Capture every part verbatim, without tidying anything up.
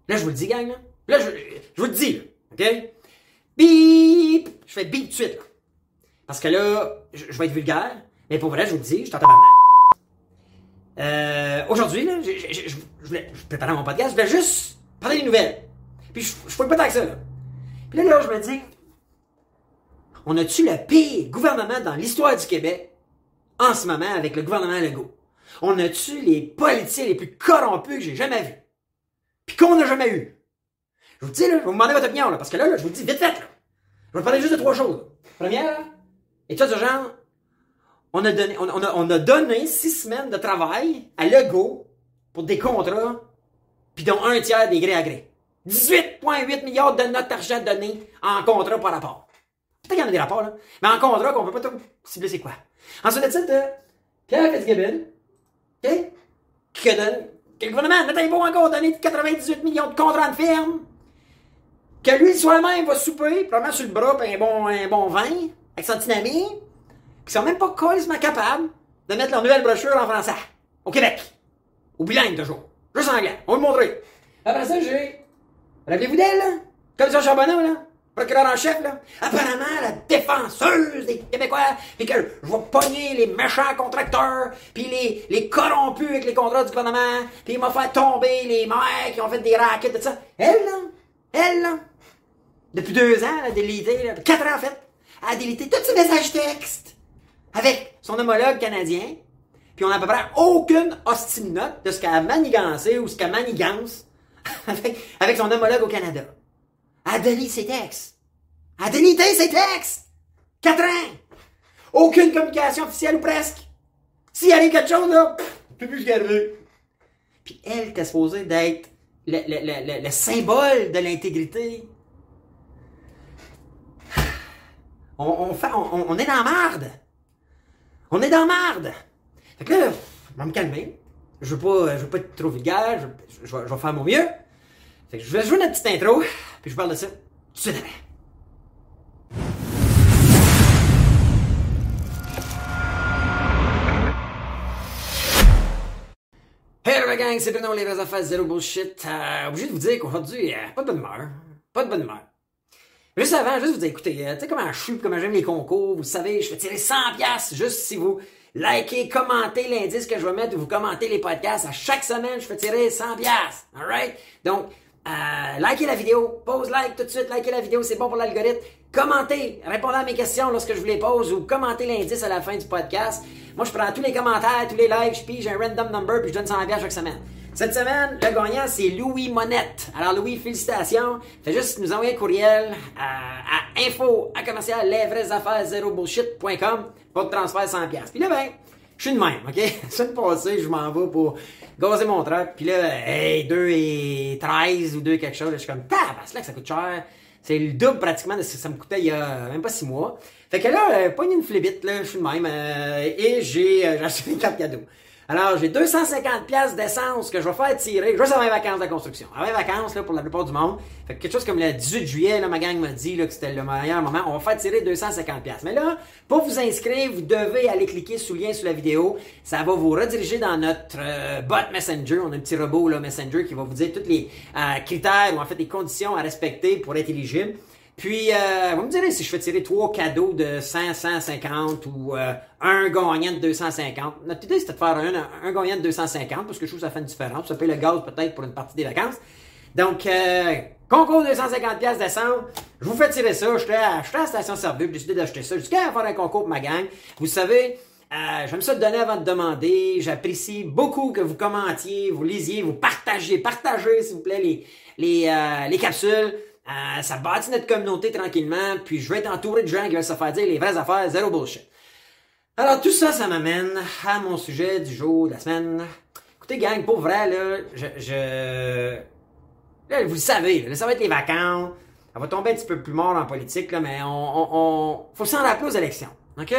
Là, je vous le dis, gang, là. Là, je, je vous le dis, là. OK? Bip! Je fais bip tout de suite, là. Parce que là, je, je vais être vulgaire, mais pour vrai, je vous le dis, je t'entends maintenant. Euh, aujourd'hui, là, je, je, je, je voulais, je préparais mon podcast, je voulais juste parler des nouvelles. Puis je, je fouille pas tant que ça, là. Puis là, là, je me dis, on a-tu le pire gouvernement dans l'histoire du Québec en ce moment avec le gouvernement Legault? On a-tu les politiciens les plus corrompus que j'ai jamais vus? Puis qu'on n'a jamais eu? Je vous dis, là, je vais vous demander votre opinion, là, parce que là, là, je vous le dis vite fait, là. Je vais vous parler juste de trois choses. Là. Première, là, état d'urgence, on a donné, on, on, a, on a donné six semaines de travail à Legault pour des contrats, puis dont un tiers des gré à gré. dix-huit virgule huit milliards de notre argent donné en contrat par rapport. Peut-être qu'il y en a des rapports, là. Mais en contrat, qu'on peut pas tout cibler, c'est quoi? Ensuite de ça, de Pierre Fitzgibbon, OK? Qui donne, que le gouvernement n'a pas encore donné quatre-vingt-dix-huit millions de contrats de ferme. Que lui, soi-même, va souper, probablement sur le bras, puis un bon, un bon vin, avec son petit ami. Puis ils sont même pas carrément capables de mettre leur nouvelle brochure en français. Au Québec. Au bilingue, toujours. Juste en anglais. On va vous montrer. Après ça, j'ai... Rappelez-vous d'elle, là? Commission Charbonneau, là? Procureur en chef, là? Apparemment, la défenseuse des Québécois, puis que je vais pogner les méchants contracteurs, puis les, les corrompus avec les contrats du gouvernement, puis il m'a fait tomber les maires qui ont fait des rackets, tout ça. Elle, là? Elle, là? Depuis deux ans, elle a délité, là, quatre ans en fait, elle a délité tous ses messages textes avec son homologue canadien, puis on n'a à peu près aucune hostile note de ce qu'elle a manigancé ou ce qu'elle manigance avec, avec son homologue au Canada. Elle a délité ses textes. Elle a délité ses textes! Quatre ans! Aucune communication officielle ou presque. S'il arrive quelque chose, là, pff, plus plus qu'arriver. Puis elle était supposée d'être le, le, le, le, le symbole de l'intégrité. On, on, fait, on, on est dans la marde. On est dans la marde. Fait que là, je vais me calmer. Je veux pas, je veux pas être trop vulgaire. Je, je, vais, je vais faire mon mieux. Fait que je vais jouer notre petite intro. Puis je parle de ça tout de suite après. Hey la gang, c'est Bruno, les vraies affaires, zéro bullshit. Euh, obligé de vous dire qu'aujourd'hui, euh, pas de bonne humeur. Pas de bonne humeur. Juste avant, juste vous dire, écoutez, euh, tu sais comment je suis, comment j'aime les concours, vous savez, je fais tirer cent piastres juste si vous likez, commentez l'indice que je vais mettre ou vous commentez les podcasts. À chaque semaine, je fais tirer cent piastres. Alright? Donc, euh, likez la vidéo, pose like tout de suite, likez la vidéo, c'est bon pour l'algorithme. Commentez, répondez à mes questions lorsque je vous les pose ou commentez l'indice à la fin du podcast. Moi, je prends tous les commentaires, tous les likes, je pige un random number puis je donne cent piastres chaque semaine. Cette semaine, le gagnant, c'est Louis Monette. Alors, Louis, félicitations. Fais juste nous envoyer un courriel à, à info à commercial les vraies affaires zéro bullshit point com pour te transférer cent piastres. Puis là, ben, je suis de même, OK? La semaine passée, je m'en vais pour gazer mon truck. Puis là, hey, deux et treize ou deux quelque chose. Là, je suis comme, tabasse, là que ça coûte cher. C'est le double pratiquement de ce que ça me coûtait il y a même pas six mois. Fait que là, euh, pogne une flébite, là, je suis de même. Euh, et j'ai, euh, j'ai acheté une carte cadeau. Alors, j'ai deux cent cinquante piastres d'essence que je vais faire tirer juste avant les vacances de construction. Avant les vacances, là, pour la plupart du monde. Fait que quelque chose comme le dix-huit juillet, là, ma gang m'a dit, là, que c'était le meilleur moment. On va faire tirer deux cent cinquante piastres. Mais là, pour vous inscrire, vous devez aller cliquer sur le lien sous la vidéo. Ça va vous rediriger dans notre euh, bot Messenger. On a un petit robot, là, Messenger, qui va vous dire tous les euh, critères ou en fait les conditions à respecter pour être éligible. Puis, euh, vous me direz si je fais tirer trois cadeaux de cent, cent cinquante ou euh, un gagnant de deux cent cinquante. Notre idée, c'était de faire un, un gagnant de deux cent cinquante parce que je trouve que ça fait une différence. Ça paye le gaz peut-être pour une partie des vacances. Donc, euh, concours deux cent cinquante piastres d'essence. Je vous fais tirer ça. J'étais à, j'étais à la station-service, j'ai décidé d'acheter ça jusqu'à faire un concours pour ma gang. Vous savez, euh, j'aime ça le donner avant de demander. J'apprécie beaucoup que vous commentiez, vous lisiez, vous partagiez. Partagez, s'il vous plaît, les, les, euh, les capsules. Euh, ça bâtit notre communauté tranquillement, puis je vais être entouré de gens qui veulent se faire dire les vraies affaires, zéro bullshit. Alors tout ça, ça m'amène à mon sujet du jour, de la semaine. Écoutez gang, pour vrai, là, je... je... Là, vous le savez, là, ça va être les vacances, ça va tomber un petit peu plus mort en politique, là, mais on, on, on... faut s'en rappeler aux élections, ok?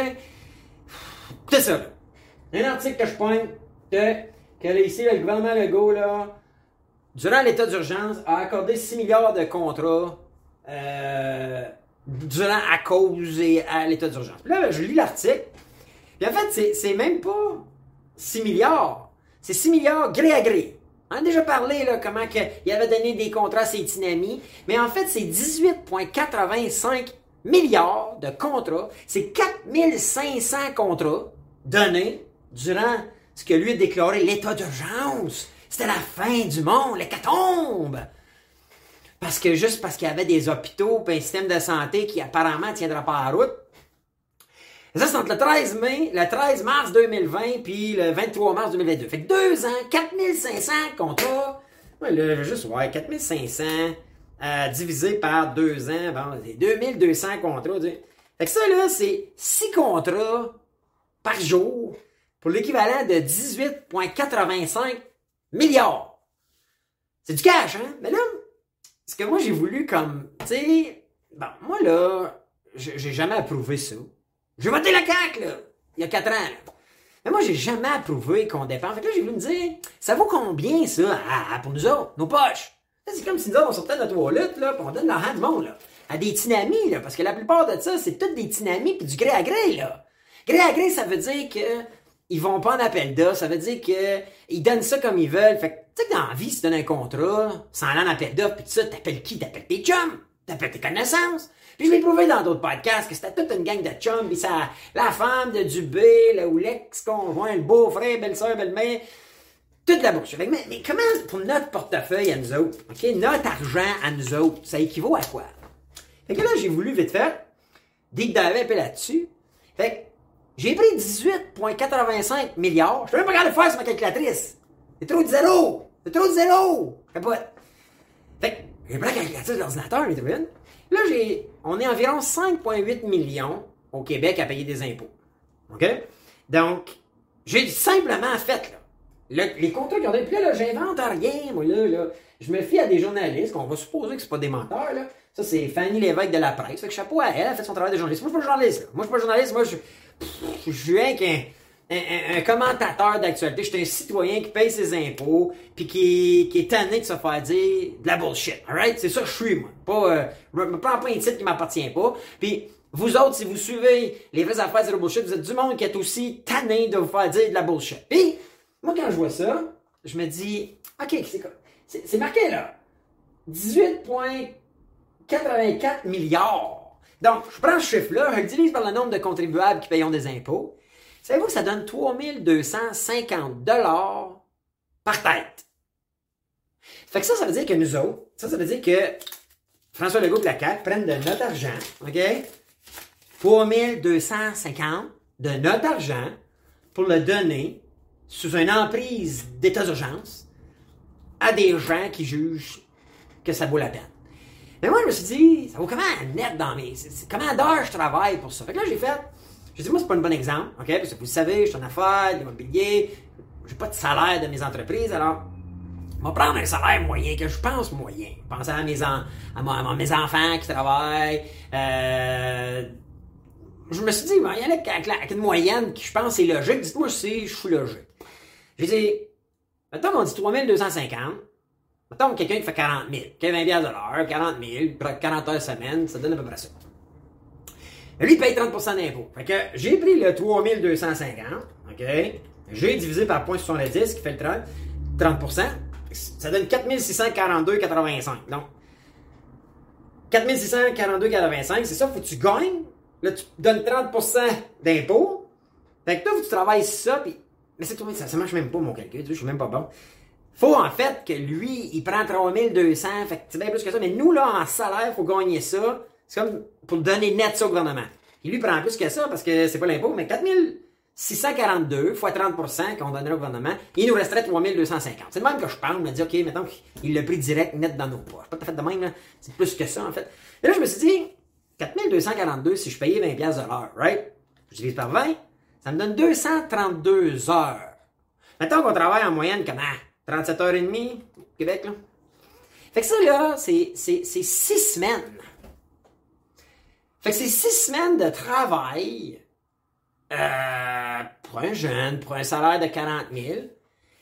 C'est ça, là. Il y a un article que je pointe, que, que là, ici, là, le gouvernement Legault, là, durant l'état d'urgence, a accordé six milliards de contrats euh, durant, à cause et à l'état d'urgence. Puis là, je lis l'article. Puis en fait, c'est, c'est même pas six milliards. C'est six milliards gré à gré. On a déjà parlé, là, comment que il avait donné des contrats à ses petits amis. Mais en fait, c'est dix-huit virgule quatre-vingt-cinq milliards de contrats. C'est quatre mille cinq cents contrats donnés durant ce que lui a déclaré l'état d'urgence. C'était la fin du monde, l'hécatombe. Parce que juste parce qu'il y avait des hôpitaux et un système de santé qui apparemment ne tiendra pas à la route. Ça, c'est entre le treize mai, le treize mars deux mille vingt puis le vingt-trois mars deux mille vingt-deux. Fait que deux ans, quatre mille cinq cents contrats. Ouais, là, juste, ouais, quatre mille cinq cents euh, divisé par deux ans, bon, c'est deux mille deux cents contrats. Fait que ça, là, c'est six contrats par jour pour l'équivalent de dix-huit virgule quatre-vingt-cinq milliards. C'est du cash, hein? Mais là, ce que moi, j'ai voulu comme, tu sais, bon, moi, là, j'ai jamais approuvé ça. J'ai voté la C A Q, là, il y a quatre ans. Là. Mais moi, j'ai jamais approuvé qu'on dépense. Fait que là, j'ai voulu me dire, ça vaut combien, ça, à, pour nous autres, nos poches? C'est comme si nous autres, on sortait de notre toilette, là, puis on donne l'argent du monde, là. À des tinamis, là, parce que la plupart de ça, c'est toutes des tinamis puis du gré à gré, là. Gré à gré, ça veut dire que ils vont pas en appel d'offres, ça veut dire que ils donnent ça comme ils veulent. Fait que, tu sais que dans la vie, si tu donnes un contrat, sans aller en appel d'offres, puis tout ça, t'appelles qui? T'appelles tes chums, t'appelles tes connaissances. Puis je l'ai prouvé dans d'autres podcasts que c'était toute une gang de chums, puis ça, la femme de Dubé, là, ou l'ex-conjoint, le beau-frère, belle-sœur, belle-mère, toute la bourse. Mais, mais comment, pour notre portefeuille à nous autres, ok, notre argent à nous autres, ça équivaut à quoi? Fait que là, j'ai voulu vite faire, deep diver un peu là-dessus. Fait que j'ai pris dix-huit virgule quatre-vingt-cinq milliards. Je peux même pas regarder le faire sur ma calculatrice. C'est trop de zéro. C'est trop de zéro. Capote. Fait que j'ai pris la calculatrice de l'ordinateur, mais tu vois. Là, j'ai, on est environ cinq virgule huit millions au Québec à payer des impôts. OK? Donc, j'ai simplement fait, là, le, les contrats qu'ils ont donné. Puis là, là, j'invente rien, moi, là, là. Je me fie à des journalistes, qu'on va supposer que c'est pas des menteurs, là. Ça, c'est Fanny Lévesque de la presse. Fait que chapeau à elle, elle a fait son travail de journaliste. Moi, je suis pas journaliste, là. Moi, je suis pas journaliste. Moi, je, pff, je suis rien qu'un un, un, un commentateur d'actualité. Je suis un citoyen qui paye ses impôts, puis qui, qui est tanné de se faire dire de la bullshit. Alright? C'est ça que je suis, moi. Pas, euh, je me prends pas un titre qui m'appartient pas. Puis, vous autres, si vous suivez les vraies affaires de la bullshit, vous êtes du monde qui est aussi tanné de vous faire dire de la bullshit. Puis, moi, quand je vois ça, je me dis, OK, c'est quoi? C'est, c'est marqué, là. dix-huit virgule quatre-vingt-quatre milliards. Donc, je prends ce chiffre-là, je le divise par le nombre de contribuables qui payent des impôts. Savez-vous que ça donne trois mille deux cent cinquante dollars par tête? Fait que ça, ça veut dire que nous autres, ça, ça veut dire que François Legault et la C A Q prennent de notre argent, OK? trois mille deux cent cinquante de notre argent pour le donner sous une emprise d'état d'urgence à des gens qui jugent que ça vaut la peine. Mais moi, je me suis dit, ça vaut comment net dans mes... C'est, c'est, comment d'heures je travaille pour ça? Fait que là, j'ai fait... J'ai dit, moi, c'est pas un bon exemple, OK? Parce que vous le savez, je suis en affaires, l'immobilier, j'ai pas de salaire de mes entreprises, alors... Je vais prendre un salaire moyen, que je pense moyen. Pensez à mes, en, à, ma, à mes enfants qui travaillent. Euh, je me suis dit, ben, il y en a avec, avec une moyenne qui, je pense, c'est logique. Dites-moi si je suis logique. J'ai dit, mettons qu'on dit trois mille deux cent cinquante. Mettons quelqu'un qui fait quarante mille, qui a vingt dollars de l'heure, quarante mille, quarante heures semaine, ça donne à peu près ça. Mais lui, il paye trente pour cent d'impôts. Fait que j'ai pris le trois mille deux cent cinquante, OK? J'ai divisé par zéro virgule soixante-dix, qui fait le trente, trente pour cent. Ça donne quatre mille six cent quarante-deux virgule quatre-vingt-cinq. Donc, quatre mille six cent quarante-deux virgule quatre-vingt-cinq, c'est ça, faut que tu gagnes. Là, tu donnes trente pour cent d'impôts. Fait que toi, faut que tu travailles ça, puis... Mais c'est toi, ça, ça marche même pas, mon calcul, tu vois, je suis même pas bon. Faut, en fait, que lui, il prend trois mille deux cents, fait que c'est bien plus que ça. Mais nous, là, en salaire, faut gagner ça. C'est comme pour donner net ça au gouvernement. Il lui prend plus que ça, parce que c'est pas l'impôt, mais quatre mille six cent quarante-deux fois trente pour cent qu'on donnerait au gouvernement, il nous resterait trois mille deux cent cinquante. C'est le même que je parle, me dit, OK, mettons qu'il l'a pris direct, net dans nos poches. Pas tout à fait de même, là. C'est plus que ça, en fait. Et là, je me suis dit, quatre mille deux cent quarante-deux, si je payais vingt dollars de l'heure, right? Je divise par vingt, ça me donne deux cent trente-deux heures. Mettons qu'on travaille en moyenne comment? trente-sept heures et demie, au Québec, là. Fait que ça, là, c'est, c'est, c'est six semaines. Fait que c'est six semaines de travail euh, pour un jeune, pour un salaire de quarante mille,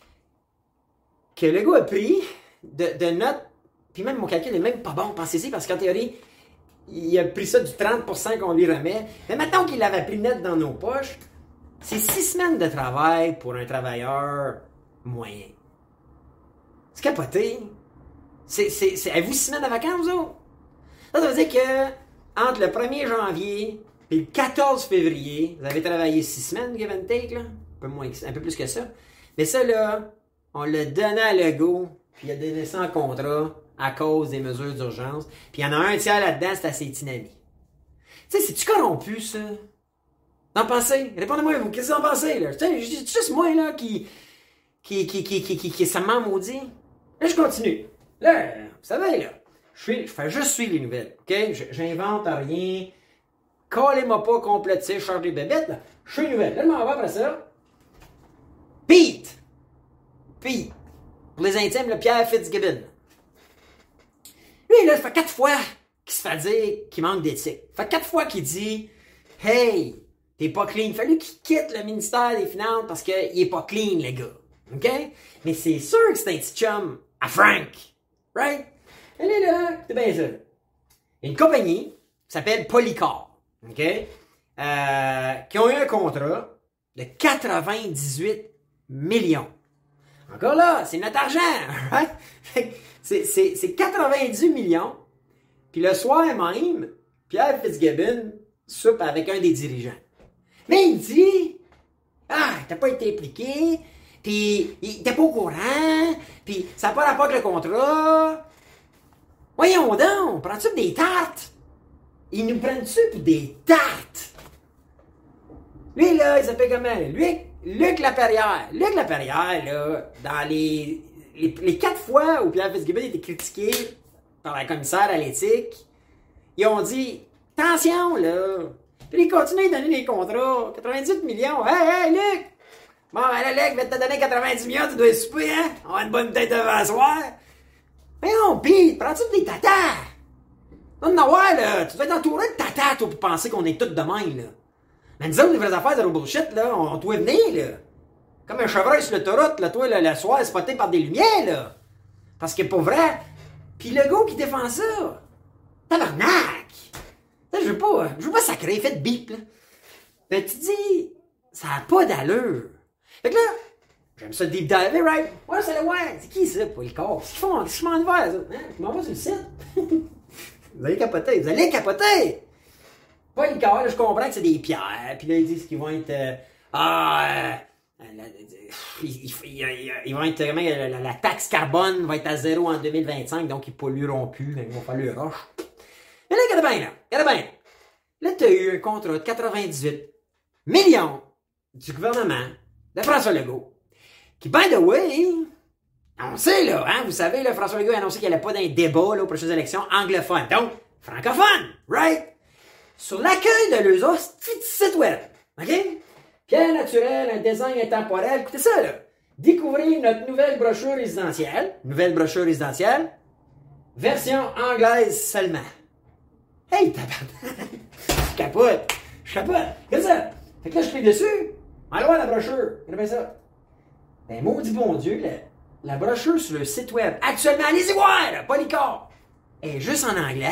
que le gars a pris de, de notre... Puis même mon calcul n'est même pas bon, pensez-y, parce qu'en théorie, il a pris ça du trente pour cent qu'on lui remet. Mais maintenant qu'il l'avait pris net dans nos poches, c'est six semaines de travail pour un travailleur moyen. C'est capoté. C'est, c'est, c'est, avez-vous six semaines de vacances, vous autres? Ça, ça veut dire que, entre le premier janvier et le quatorze février, vous avez travaillé six semaines, give and take, là? Un peu moins, un peu plus que ça. Mais ça, là, on l'a donné à Legault, puis il a donné ça en contrat à cause des mesures d'urgence. Puis il y en a un tiers là-dedans, c'est à ses tinamis. Tu sais, c'est-tu corrompu, ça? D'en penser? Répondez-moi, vous, qu'est-ce que vous en pensez, là? Tu sais, c'est juste moi, là, qui... qui, qui, qui, qui, qui, qui est samement maudit. Là, je continue. Là, vous savez, là, je, suis, je fais juste suivre les nouvelles, OK? Je, j'invente rien. Collez-moi pas compléter, je charge des bébêtes, là. Je suis nouvelle. Là, je m'en vais après ça. Pete! Pete. Pour les intimes, le Pierre Fitzgibbon. Lui, là, ça fait quatre fois qu'il se fait dire qu'il manque d'éthique. Ça fait quatre fois qu'il dit « Hey, t'es pas clean. » Il fallu qu'il quitte le ministère des Finances parce qu'il est pas clean, les gars. OK? Mais c'est sûr que c'est un petit chum à Frank. Right? Elle est là, c'est bien ça. Une compagnie qui s'appelle Polycar. OK? Euh, qui ont eu un contrat de quatre-vingt-dix-huit millions. Encore là, c'est notre argent. Right? C'est, c'est, c'est quatre-vingt-dix millions. Puis le soir même, Pierre Fitzgibbon soupe avec un des dirigeants. Mais il dit « Ah, t'as pas été impliqué, puis t'es pas au courant, puis ça n'a pas rapport avec le contrat. Voyons donc, prends-tu des tartes? Ils nous prennent-tu pour des tartes? » Lui, là, il s'appelle comment? Luc, Luc Laperrière. Luc Laperrière, là, dans les, les, les quatre fois où Pierre Fitzgibbon a été critiqué par la commissaire à l'éthique, ils ont dit « Attention, là! » Puis ils continuent à donner des contrats. quatre-vingt-dix millions. « Hey, hey, Luc! Bon, ben là, Luc, je vais te donner quatre-vingt-dix millions, tu dois souper, hein? On a une bonne tête de soir. » Mais non, Pete, prends-tu des tatas? Non, non, ouais, là, tu dois être entouré de tatas, toi, pour penser qu'on est tous de même, là. Mais nous autres, les vraies affaires de bullshit, là, on, on doit venir, là. Comme un chevreuil sur l'autoroute, là, toi, là, le soir, spoté par des lumières, là. Parce que, pour vrai, pis le gars qui défend ça, tabarnak! Je veux pas, je veux pas sacrer, faites bip, là. Ben, tu dis, ça a pas d'allure. Fait que là, j'aime ça deep dive, right? Ouais, c'est le ouais. C'est qui ça, pour le corps? Qu'est-ce qu'ils font? Qu'est-ce qu'ils font en hiver, ça? Hein? Je m'en vais sur le site. Vous allez capoter, vous allez capoter! Pas le corps, là, je comprends que c'est des pierres, puis là, ils disent qu'ils vont être, euh, ah, euh, la, ils, ils, ils, ils vont être, comment, la, la, la taxe carbone va être à zéro en deux mille vingt-cinq, donc ils pollueront plus, mais ils vont faire le roche. Mais là, regarde bien, là. Regarde bien. Là, tu as eu un contrat de quatre-vingt-dix-huit millions du gouvernement de François Legault. Qui, by the way, on sait, là, hein, vous savez, là, François Legault a annoncé qu'il n'allait pas d'un débat, là, aux prochaines élections anglophones. Donc, francophone, right? Sur l'accueil de leurs hosties de site web. OK? Pierre naturel, un design intemporel. Écoutez ça, là. Découvrez notre nouvelle brochure résidentielle. Nouvelle brochure résidentielle. Version anglaise seulement. Hey, tabarnak! Je capote! Je capote! Qu'est-ce que ça? Fait que là, je clique dessus. Allez voir la brochure. Regardez ça. Ben, maudit bon Dieu, la, la brochure sur le site web, actuellement, allez-y voir, là, Polycar, est juste en anglais.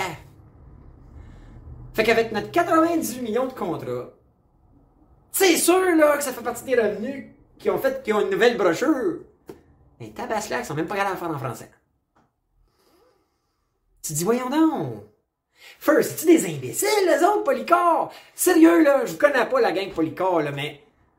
Fait qu'avec notre quatre-vingt-dix-huit millions de contrats, c'est sûr, là, que ça fait partie des revenus qui ont fait, qui ont une nouvelle brochure. Mais tabaslac, ils sont même pas capables de faire en français. Tu te dis, voyons donc. First, c'est-tu des imbéciles, les autres, Polycar? Sérieux, là, je vous connais pas la gang Polycar, là, mais...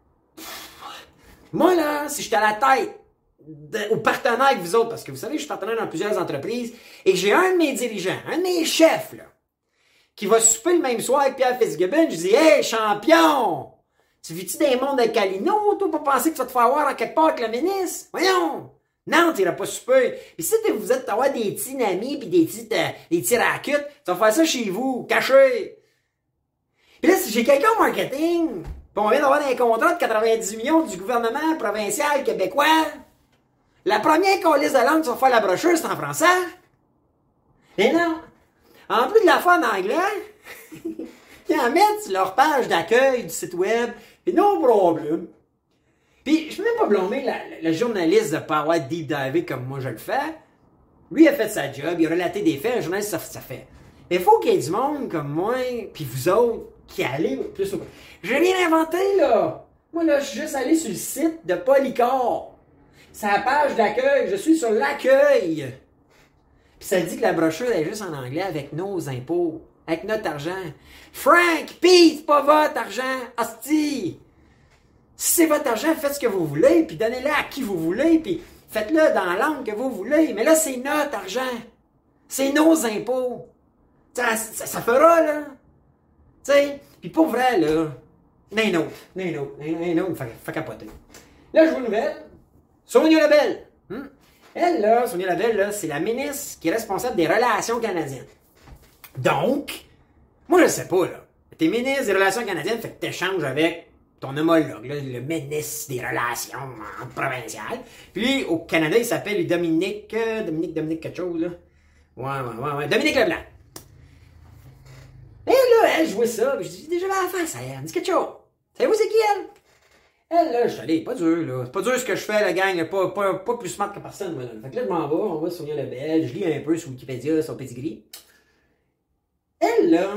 Moi, là, si j'étais à la tête de, au partenaire avec vous autres, parce que vous savez, je suis partenaire dans plusieurs entreprises, et que j'ai un de mes dirigeants, un de mes chefs, là, qui va souper le même soir avec Pierre Fitzgibbon, je dis, hey, champion! Tu vis-tu des mondes de Calino, toi, pour penser que tu vas te faire voir en quelque part avec le ministre? Voyons! Non, tu iras pas souper. Puis si vous êtes avoir des petits amis pis des petits, euh, des petits racutes, tu vas faire ça chez vous, caché. Puis là, si j'ai quelqu'un au marketing, pis on vient d'avoir un contrat de quatre-vingt-dix millions du gouvernement provincial québécois, la première qu'on liste de langue, tu vas faire la brochure, c'est en français. Mais non. En plus de la faire en anglais, ils en mettent sur leur page d'accueil du site web, pis no problème. Puis, je peux même pas blâmer le journaliste de pas avoir deep divé comme moi je le fais. Lui, il a fait sa job, il a relaté des faits, un journaliste, ça, ça fait. Mais il faut qu'il y ait du monde comme moi, puis vous autres, qui allez plus au... J'ai rien inventé, là! Moi, là, je suis juste allé sur le site de Polycar. c'est la page d'accueil. Je suis sur l'accueil. Puis ça dit que la brochure est juste en anglais avec nos impôts, avec notre argent. Frank, Pete, c'est pas votre argent, hostie. Si c'est votre argent, faites ce que vous voulez, puis donnez-le à qui vous voulez, puis faites-le dans la langue que vous voulez. Mais là, c'est notre argent. C'est nos impôts. Ça, ça, ça fera, là. Tu sais, puis pour vrai, là, n'un autre, n'un autre, n'un autre, fait, fait capoter. Là, je vois une nouvelle. Sonia Lebel. Hmm? Elle, là, Sonia Lebel, là, c'est la ministre qui est responsable des Relations canadiennes. Donc, moi, je sais pas, là. T'es ministre des Relations canadiennes, fait que t'échanges avec ton homologue, là, le ministre des Relations provinciales. Puis, au Canada, il s'appelle Dominique, euh, Dominique, Dominique quelque chose, là. Ouais, ouais, ouais, ouais. Dominique Leblanc. Et là, elle jouait ça, puis je dis, déjà, la face, elle me dit quelque chose. Savez-vous c'est qui, elle? Elle, là, je suis allé, pas dur, là. C'est pas dur ce que je fais, la gang, là. Pas, pas, pas plus smart que personne, moi, là. Fait que là, je m'en vais, on va sur Sonia Lebel, je lis un peu sur Wikipédia, son pedigree. Elle, là,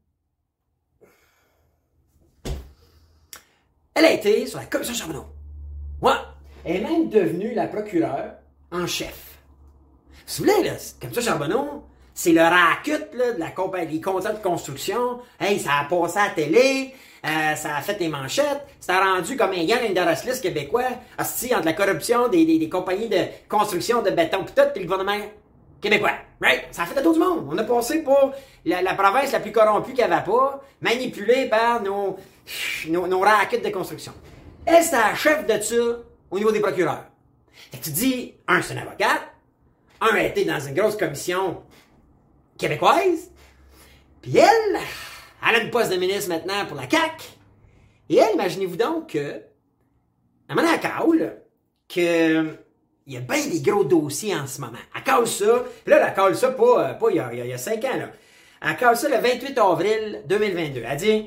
elle a été sur la commission Charbonneau. Ouais. Elle est même devenue la procureure en chef. Vous vous souvenez, là, comme ça, Charbonneau, c'est le racket, là, de la compagnie, les contrats de construction. Hey, ça a passé à la télé, euh, ça a fait les manchettes, ça a rendu comme un gang d'Horaclis québécois, hostie, entre la corruption des, des, des compagnies de construction de béton pis tout, pis le gouvernement québécois. Right? Ça a fait à tout le monde. On a passé pour la, la province la plus corrompue qu'il n'y avait pas, manipulée par nos, nos, nos rackets de construction. Elle, c'était la chef de ça au niveau des procureurs. Fait que tu dis, un, c'est une avocate, un a été dans une grosse commission québécoise, puis elle, elle a une poste de ministre maintenant pour la C A Q. Et elle, imaginez-vous donc que, à un moment donné, elle cale, que il y a bien des gros dossiers en ce moment. Elle cale ça, puis là, elle cale ça pas, pas il, y a, il y a cinq ans, là. Elle cale ça le vingt-huit avril deux mille vingt-deux. Elle dit,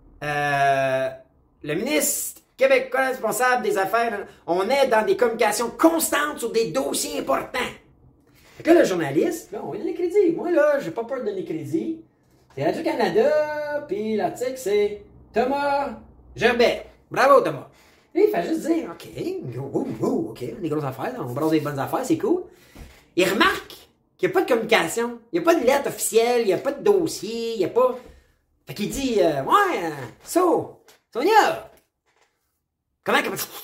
euh, le ministre québécois responsable des affaires, on est dans des communications constantes sur des dossiers importants. Fait que là, le journaliste, là, on lui donne les crédits. Moi, là, j'ai pas peur de donner les crédits. C'est Radio-Canada, puis l'article, c'est Thomas Gerbet. Bravo, Thomas. Là, il fait juste dire, OK, oh, oh, OK, des grosses affaires, on brasse des bonnes affaires, c'est cool. Il remarque qu'il n'y a pas de communication, il n'y a pas de lettre officielle, il n'y a pas de dossier, il n'y a pas... Fait qu'il dit, euh, ouais, so, Sonia, comment...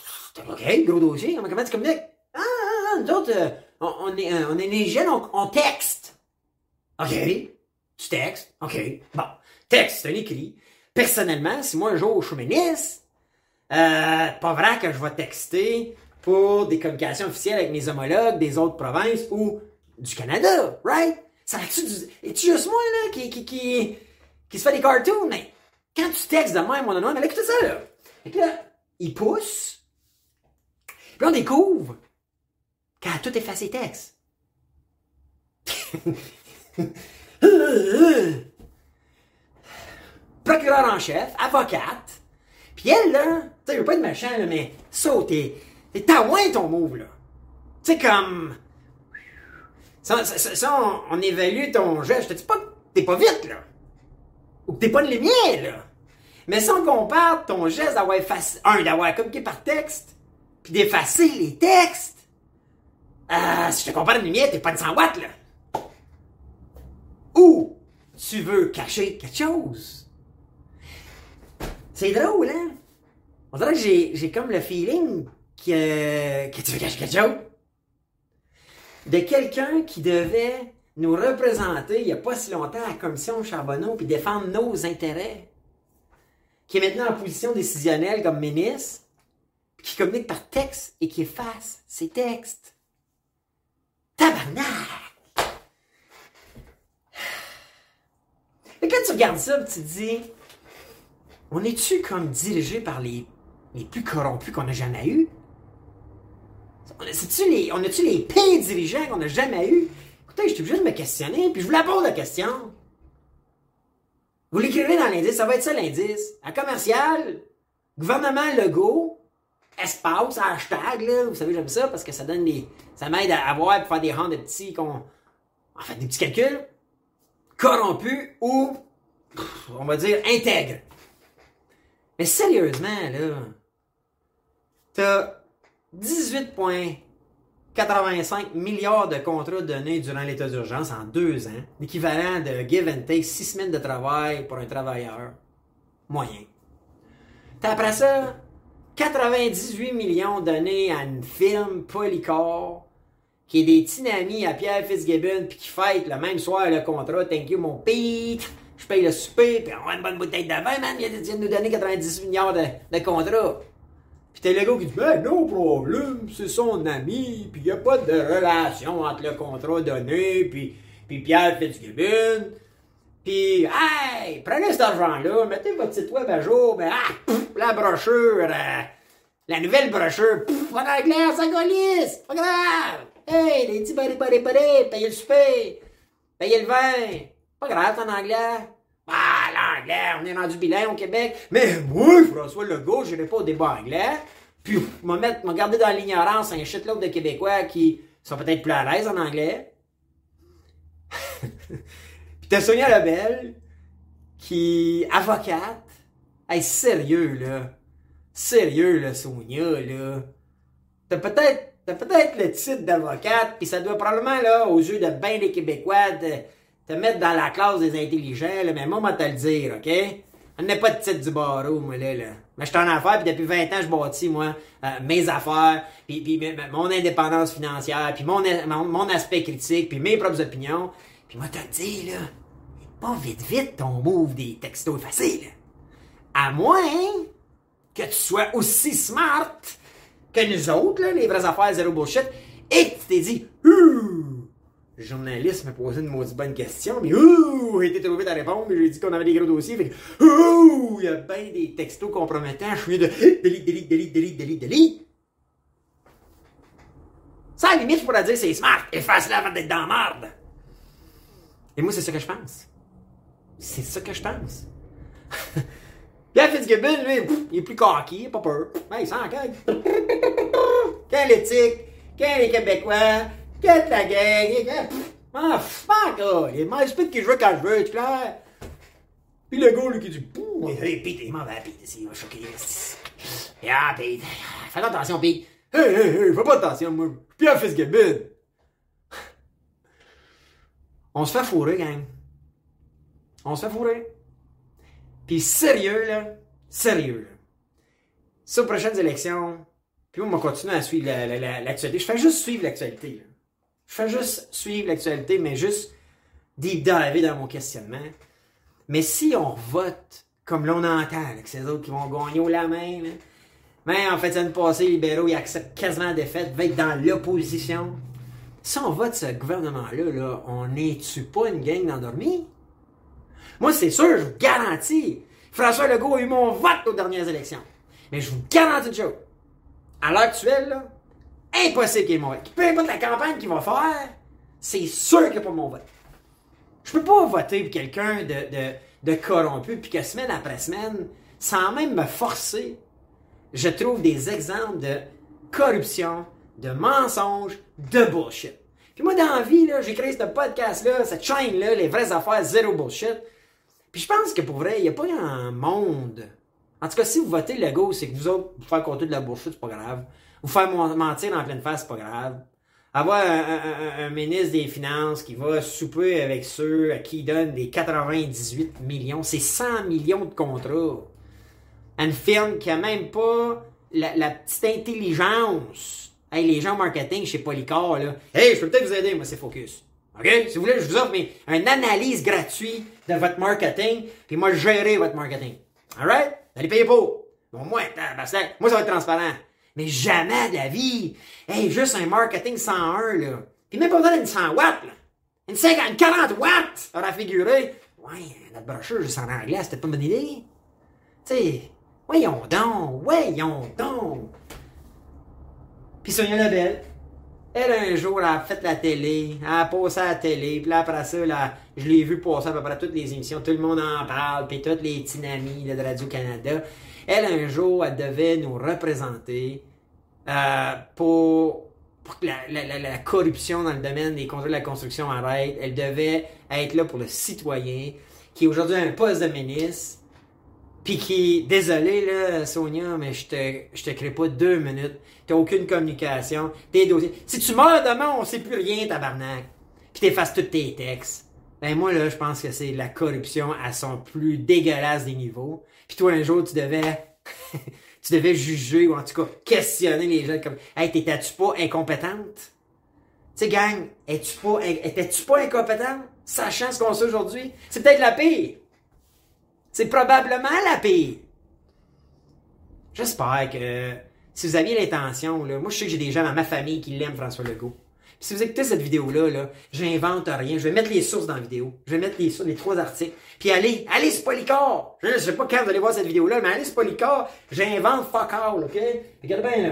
OK, gros dossier, comment, comment tu communiques? Ah, ah, ah, nous autres... Euh, On, on, est, on est des jeunes, on, on texte. OK. Tu textes. OK. Bon. Texte, c'est un écrit. Personnellement, si moi un jour je suis ministre, euh, pas vrai que je vais texter pour des communications officielles avec mes homologues des autres provinces ou du Canada, right? Ça va-tu du... Es-tu juste moi, là, qui, qui, qui, qui se fait des cartoons? Mais quand tu textes de même, mon nom, mais là, écoutez ça, là. Fait que là, il pousse. Puis on découvre qu'elle a tout effacé texte. Procureur en chef, avocate. Puis elle, là, tu sais, je veux pas être méchant, là, mais ça, t'es, t'es taouin ton move, là. Tu sais, comme... Ça, ça, ça on, on évalue ton geste. Je te dis pas que t'es pas vite, là. Ou que t'es pas de lumière, là. Mais si on compare ton geste d'avoir effacé... Un, d'avoir communiqué par texte, puis d'effacer les textes, Euh, si je te compare une lumière, t'es pas de cent watts, là. Ou, tu veux cacher quelque chose. C'est drôle, hein? On dirait que j'ai, j'ai comme le feeling que, que tu veux cacher quelque chose. De quelqu'un qui devait nous représenter il y a pas si longtemps à la commission Charbonneau puis défendre nos intérêts. Qui est maintenant en position décisionnelle comme ministre, qui communique par texte et qui efface ses textes. Tabarnak! Et quand tu regardes ça, tu te dis, on est-tu comme dirigé par les, les plus corrompus qu'on a jamais eu? C'est-tu les, on a-tu les pires dirigeants qu'on a jamais eu? Écoutez, je suis obligé de me questionner, puis je vous la pose la question. Vous l'écrivez dans l'indice, ça va être ça l'indice. À commercial, gouvernement Legault, espace, hashtag, là, vous savez, j'aime ça parce que ça donne des. Ça m'aide à avoir pour faire des rangs de petits. Qu'on, en fait, des petits calculs. Corrompus ou, on va dire, intègres. Mais sérieusement, là, t'as dix-huit virgule quatre-vingt-cinq milliards de contrats donnés durant l'état d'urgence en deux ans, l'équivalent de give and take six semaines de travail pour un travailleur moyen. T'as après ça, quatre-vingt-dix-huit millions donnés à une firme Polycor, qui est des tinamis à Pierre Fitzgibbon, puis qui fête le même soir le contrat. Thank you, mon Pete. Je paye le souper, puis on a une bonne bouteille de vin, man. Il vient de nous donner quatre-vingt-dix milliards de, de contrats. Puis t'as le gars qui dit, ben non problème, c'est son ami, puis y a pas de relation entre le contrat donné, puis, puis Pierre Fitzgibbon. Puis, hey, prenez cet argent-là, mettez votre site web à jour, ben, ah, pff, la brochure, euh, la nouvelle brochure, pff, en anglais, ça golisse, pas grave. Hey, les petits bari bari bari, payez le souper, payez le vin, pas grave, c'est en anglais. Ah, l'anglais, on est rendu bilingue au Québec. Mais moi, François Legault, je n'irai pas au débat anglais. Puis, je vais mettre, me garder dans l'ignorance un shitload de Québécois qui sont peut-être plus à l'aise en anglais. Puis t'as Sonia Lebel, qui, avocate. Hey, sérieux, là. Sérieux, là, Sonia, là. T'as peut-être, t'as peut-être le titre d'avocate, puis ça doit probablement, là, aux yeux de bien des Québécois, de, te mettre dans la classe des intelligents, là, mais moi, moi, te le dire, OK? On n'a pas de titre du barreau, moi, là, là. Mais je suis en affaires, puis depuis vingt ans, je bâtis, moi, euh, mes affaires, puis, puis mon indépendance financière, puis mon, mon, mon aspect critique, puis mes propres opinions. Puis moi, te le dire, là, pas vite, vite ton move des textos faciles. À moins que tu sois aussi smart que nous autres, là, les vraies affaires zéro bullshit, et que tu t'es dit, ouh, le journaliste m'a posé une maudite bonne question, mais ouh, j'ai été trop vite à répondre, mais j'ai dit qu'on avait des gros dossiers, fait que ouh, il y a bien des textos compromettants, je suis de delete, delete, delete, delete, delete, delete. Ça, à la limite, je pourrais dire c'est smart, efface-le avant d'être dans la merde. Et moi, c'est ça que je pense. C'est ça que je pense. Pierre Fitzgibbon, lui, pff, il est plus cocky, il n'a pas peur. Ben, il s'en caille. Quelle éthique, quel les Québécois, quelle la gang, pff, ah, fuck, oh, il m'explique qu'il joue quand je veux, tu clair? Puis le gars, lui, qui dit, pouh, hey, Pete, il m'en va, Pete, il va choquer. Ah, Pete, fais attention, Pete. Hey, hey, hey, fais pas attention, moi. Pierre Fitzgibbon. On se fait fourrer, gang. On se fait fourrer. Puis sérieux, là, sérieux, là. Sur les prochaines élections, puis moi, on va continuer à suivre la, la, la, l'actualité. Je fais juste suivre l'actualité, là. Je fais juste suivre l'actualité, mais juste deep diver dans mon questionnement. Mais si on vote comme l'on entend, là, que c'est eux autres qui vont gagner au la main, là, mais en fait, ça nous passé, les libéraux, ils acceptent quasiment la défaite, vont être dans l'opposition. Si on vote ce gouvernement-là, là, on n'est-tu pas une gang d'endormis? Moi, c'est sûr, je vous garantis. François Legault a eu mon vote aux dernières élections. Mais je vous garantis une chose. À l'heure actuelle, là, impossible qu'il y ait mon vote. Peu importe la campagne qu'il va faire, c'est sûr qu'il n'y a pas mon vote. Je peux pas voter pour quelqu'un de, de, de corrompu, puis que semaine après semaine, sans même me forcer, je trouve des exemples de corruption, de mensonges, de bullshit. Puis moi, dans la vie, là, j'ai créé ce podcast-là, cette chaîne-là, les vraies affaires, zéro bullshit. Puis je pense que pour vrai, il n'y a pas un monde. En tout cas, si vous votez le Legault, c'est que vous autres, vous faire compter de la bullshit, c'est pas grave. Vous faire mentir en pleine face, c'est pas grave. Avoir un, un, un, un ministre des Finances qui va souper avec ceux à qui il donne des quatre-vingt-dix-huit millions, c'est cent millions de contrats. Une firme qui a même pas la, la petite intelligence. Hey, les gens marketing chez Polycor, là. Hey, je peux peut-être vous aider, moi, c'est Focus. OK? Si vous voulez, je vous offre mais, une analyse gratuite de votre marketing, puis moi, je gérerai votre marketing. Alright? Vous allez payer pour. Bon, moi, moi, ça va être transparent. Mais jamais de la vie. Hey, juste un marketing cent un, là. Puis même pas besoin d'une cent watts, là. Une cinquante, quarante watts, aura figuré. Ouais, notre brochure juste en anglais, c'était pas une bonne idée. Tu sais, voyons donc, voyons donc. Puis Sonia Lebel, elle, un jour, elle a fait la télé, elle a passé à la télé, puis là, après ça, là, je l'ai vu passer à peu près toutes les émissions, tout le monde en parle, puis toutes les tinamis de Radio-Canada. Elle, un jour, elle devait nous représenter euh, pour, pour que la, la, la, la corruption dans le domaine des contrats de la construction arrête. Elle devait être là pour le citoyen, qui aujourd'hui a un poste de ministre, Pis qui, désolé là, Sonia, mais je te, je te crée pas deux minutes. T'as aucune communication. Tes dossiers. Si tu meurs demain, on sait plus rien, tabarnak. Pis t'effaces tous tes textes. Ben moi là, je pense que c'est la corruption à son plus dégueulasse des niveaux. Pis toi un jour, tu devais, tu devais juger ou en tout cas questionner les gens comme, hey, t'étais-tu pas incompétente? Tu sais, gang, es-tu pas, étais-tu pas incompétente? Sachant ce qu'on sait aujourd'hui, c'est peut-être la pire. C'est probablement la pire. J'espère que si vous aviez l'intention, là, moi je sais que j'ai des gens dans ma famille qui l'aiment, François Legault. Puis si vous écoutez cette vidéo-là, là, j'invente rien. Je vais mettre les sources dans la vidéo. Je vais mettre les sources, les trois articles. Puis allez, allez sur Polycar. Je, je sais pas quand vous allez voir cette vidéo-là, mais allez sur Polycar. J'invente fuck all, OK? Regardez bien là.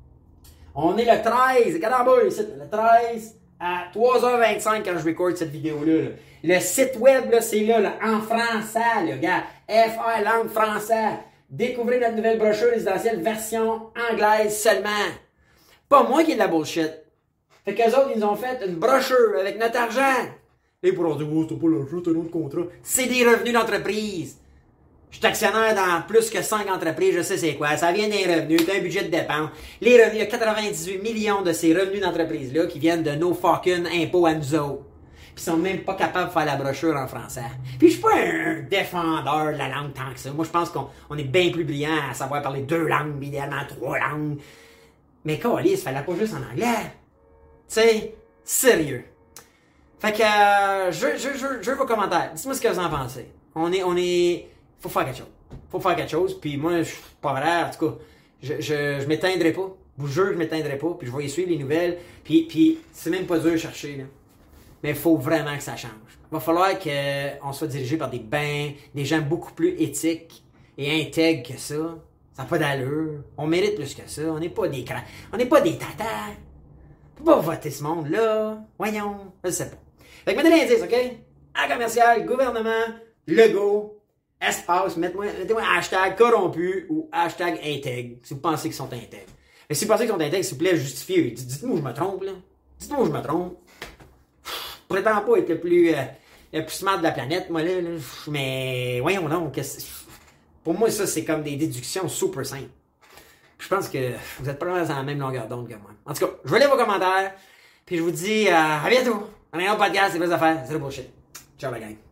On est le treize, regarde en bas ici, le treize à trois heures vingt-cinq quand je record cette vidéo-là. Là. Le site web, là, c'est là, là, en français, là, gars. F R langue français. Découvrez notre nouvelle brochure résidentielle version anglaise seulement. Pas moi qui ai de la bullshit. Fait qu'eux autres, ils nous ont fait une brochure avec notre argent. Et pour leur dire, oh, c'est pas l'argent, c'est un autre contrat. C'est des revenus d'entreprise. Je suis actionnaire dans plus que cinq entreprises, je sais c'est quoi. Ça vient des revenus, t'as un budget de dépenses. Les revenus, il y a quatre-vingt-dix-huit millions de ces revenus d'entreprise-là qui viennent de nos fucking impôts à nous autres. Puis ils sont même pas capables de faire la brochure en français. Puis je suis pas un défendeur de la langue tant que ça. Moi, je pense qu'on on est bien plus brillant à savoir parler deux langues, idéalement trois langues. Mais câlisse, il fallait pas juste en anglais. Tu sais, sérieux. Fait que, euh, je, je, je, je veux vos commentaires. Dites-moi ce que vous en pensez. On est, on est, faut faire quelque chose. Faut faire quelque chose, puis moi, je suis pas vrai, en tout cas, je, je, je m'éteindrai pas. Je vous jure, je m'éteindrai pas, puis je vais y suivre les nouvelles, puis, puis c'est même pas dur de chercher, là. Mais il faut vraiment que ça change. Il va falloir qu'on soit dirigé par des bains, des gens beaucoup plus éthiques et intègres que ça. Ça n'a pas d'allure. On mérite plus que ça. On n'est pas des crans. On n'est pas des tatas. On peut pas voter ce monde-là. Voyons. Je sais pas. Fait que mettez l'indice, OK? À commercial, gouvernement, Legault, espace, mettez-moi, mettez-moi hashtag corrompu ou hashtag intègre, si vous pensez qu'ils sont intègres. Mais si vous pensez qu'ils sont intègres, s'il vous plaît, justifiez. Dites-moi où je me trompe, là. Dites-moi où je me trompe. Je prétends pas être le plus, euh, le plus smart de la planète, moi, là. là. Mais voyons donc. Pour moi, ça, c'est comme des déductions super simples. Je pense que vous êtes probablement dans la même longueur d'onde que moi. En tout cas, je vais lire vos commentaires. Puis je vous dis euh, à bientôt. Dans un autre podcast, c'est plus à faire. C'est le bullshit. Ciao la gang.